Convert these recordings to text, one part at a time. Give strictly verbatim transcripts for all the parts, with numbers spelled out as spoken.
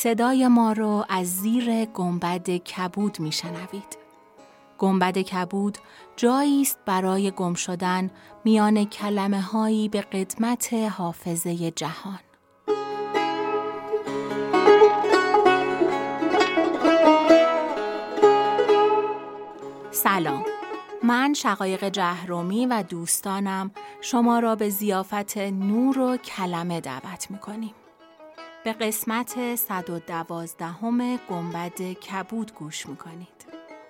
صدای ما رو از زیر گنبد کبود میشنوید. گنبد کبود جایی است برای گم شدن میان کلمه هایی به قدمت حافظه جهان. سلام، من شقایق جهرومی و دوستانم شما را به ضیافت نور و کلمه دعوت می‌کنیم. به قسمت صد و دوازدهم گنبد کبود گوش می‌کنید.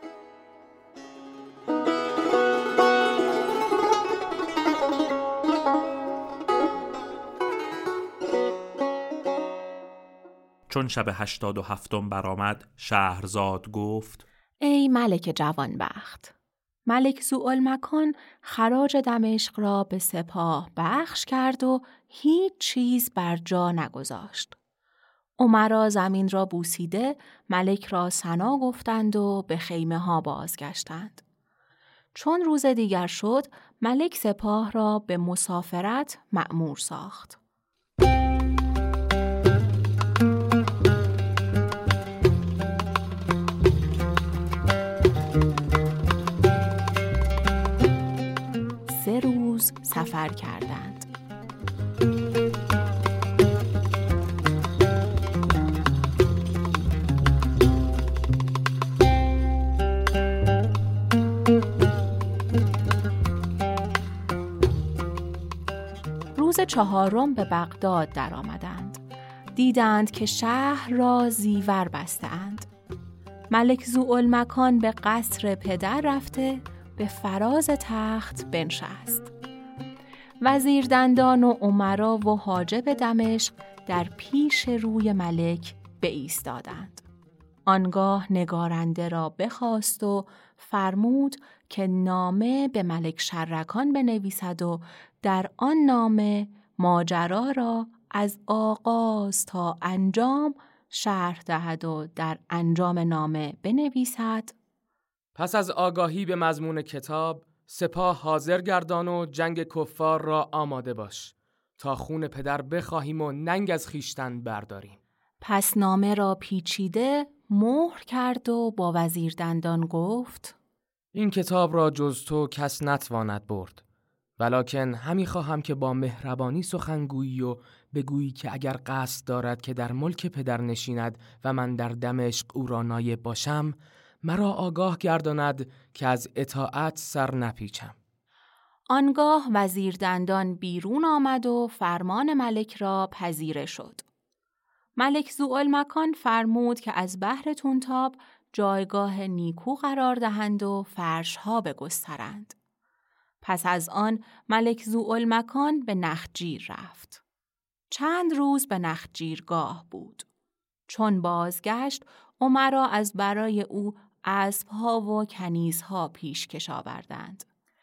چون شب هشتاد و هفتم برآمد، شهرزاد گفت: ای ملک جوانبخت، ملک ذوالمکان خراج دمشق را به سپاه بخش کرد و هیچ چیز بر جا نگذاشت. امرا زمین را بوسیده ملک را ثنا گفتند و به خیمه ها بازگشتند. چون روز دیگر شد، ملک سپاه را به مسافرت مأمور ساخت. سه روز سفر کردند. روز چهارم به بغداد در آمدند. دیدند که شهر را زیور بستند. ملک ذوالمکان به قصر پدر رفته به فراز تخت بنشست. وزیر دندان و امرا و حاجب دمشق در پیش روی ملک بایستادند. آنگاه نگارنده را بخواست و فرمود که نامه به ملک شرکان بنویسد و در آن نامه ماجرا را از آغاز تا انجام شرح دهد و در انجام نامه بنویسد: پس از آگاهی به مضمون کتاب، سپاه حاضر گردان و جنگ کفار را آماده باش تا خون پدر بخواهیم و ننگ از خیشتن برداریم. پس نامه را پیچیده مهر کرد و با وزیر دندان گفت: این کتاب را جز تو کس نتواند برد، ولکن همی خواهم که با مهربانی سخنگویی و بگویی که اگر قصد دارد که در ملک پدر نشیند و من در دمشق او را نایب باشم، مرا آگاه گرداند که از اطاعت سر نپیچم. آنگاه وزیر دندان بیرون آمد و فرمان ملک را پذیره شد. ملک ذوالمکان فرمود که از بحر تونتاب جایگاه نیکو قرار دهند و فرشها بگسترند. پس از آن ملک ذوالمکان به نخجیر رفت. چند روز به نخجیرگاه بود. چون بازگشت، امرا از برای او اسبها و کنیزها پیشکش آوردند.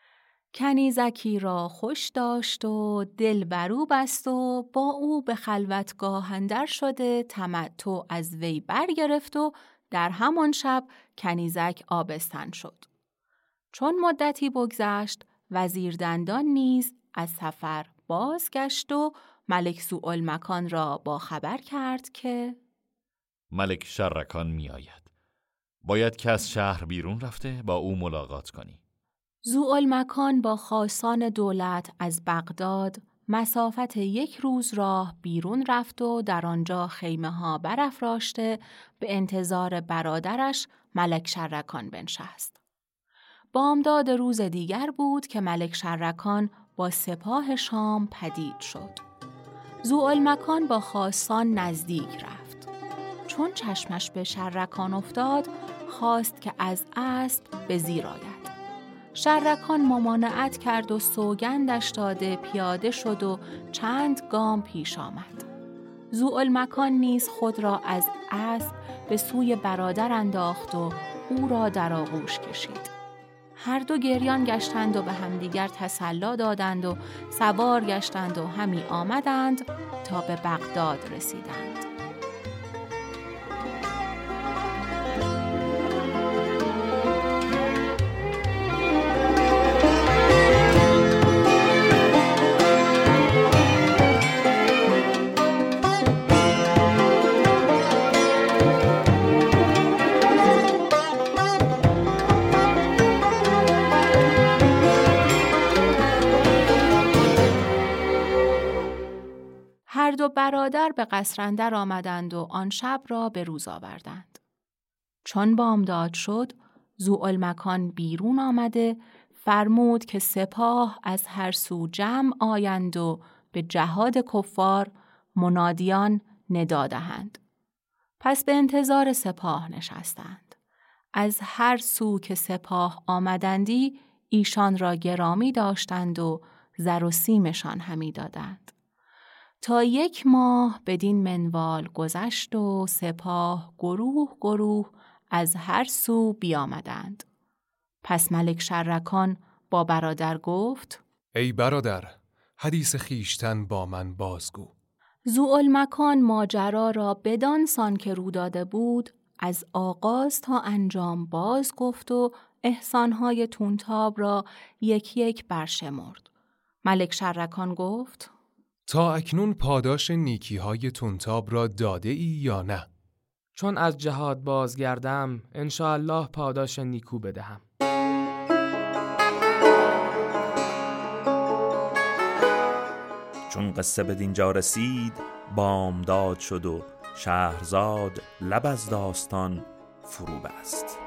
کنیزکی را خوش داشت و دل برو بست و با او به خلوتگاه اندر شده تمتع از وی برگرفت و در همان شب کنیزک آبستن شد. چون مدتی بگذشت، وزیر دندان نیز از سفر بازگشت و ملک ذوالمکان را با خبر کرد که ملک شرکان می آید. باید که از شهر بیرون رفته با او ملاقات کنی. ذوالمکان با خاصان دولت از بغداد مسافت یک روز راه بیرون رفت و در آنجا خیمه ها برافراشته به انتظار برادرش ملک شرکان بنشست. بامداد روز دیگر بود که ملک شرکان با سپاه شام پدید شد. ذوالمکان با خاصان نزدیک رفت. چون چشمش به شرکان افتاد، خواست که از اسب به زیر آید. شرکان ممانعت کرد و سوگندش داده پیاده شد و چند گام پیش آمد. ذوالمکان نیز خود را از اسب به سوی برادر انداخت و او را در آغوش کشید. هر دو گریان گشتند و به همدیگر تسلی دادند و سوار گشتند و همی آمدند تا به بغداد رسیدند. دو برادر به قصر اندر آمدند و آن شب را به روز آوردند. چون بامداد شد، ذوالمکان بیرون آمده فرمود که سپاه از هر سو جمع آیند و به جهاد کفار منادیان ندا دهند. پس به انتظار سپاه نشستند. از هر سو که سپاه آمدندی ایشان را گرامی داشتند و زر و سیمشان همی دادند. تا یک ماه بدین منوال گذشت و سپاه گروه گروه از هر سو بیامدند. پس ملک شرکان با برادر گفت: ای برادر، حدیث خیشتن با من بازگو. ذوالمکان ماجرا را بدان سان که رو داده بود از آغاز تا انجام باز گفت و احسانهای طونتاب را یک یک برشمرد. ملک شرکان گفت: تا اکنون پاداش نیکیهای طونتاب را داده ای یا نه؟ چون از جهاد بازگردم انشاءالله پاداش نیکو بدهم. چون قصه به دینجا رسید بامداد شد و شهرزاد لب از داستان فرو بست.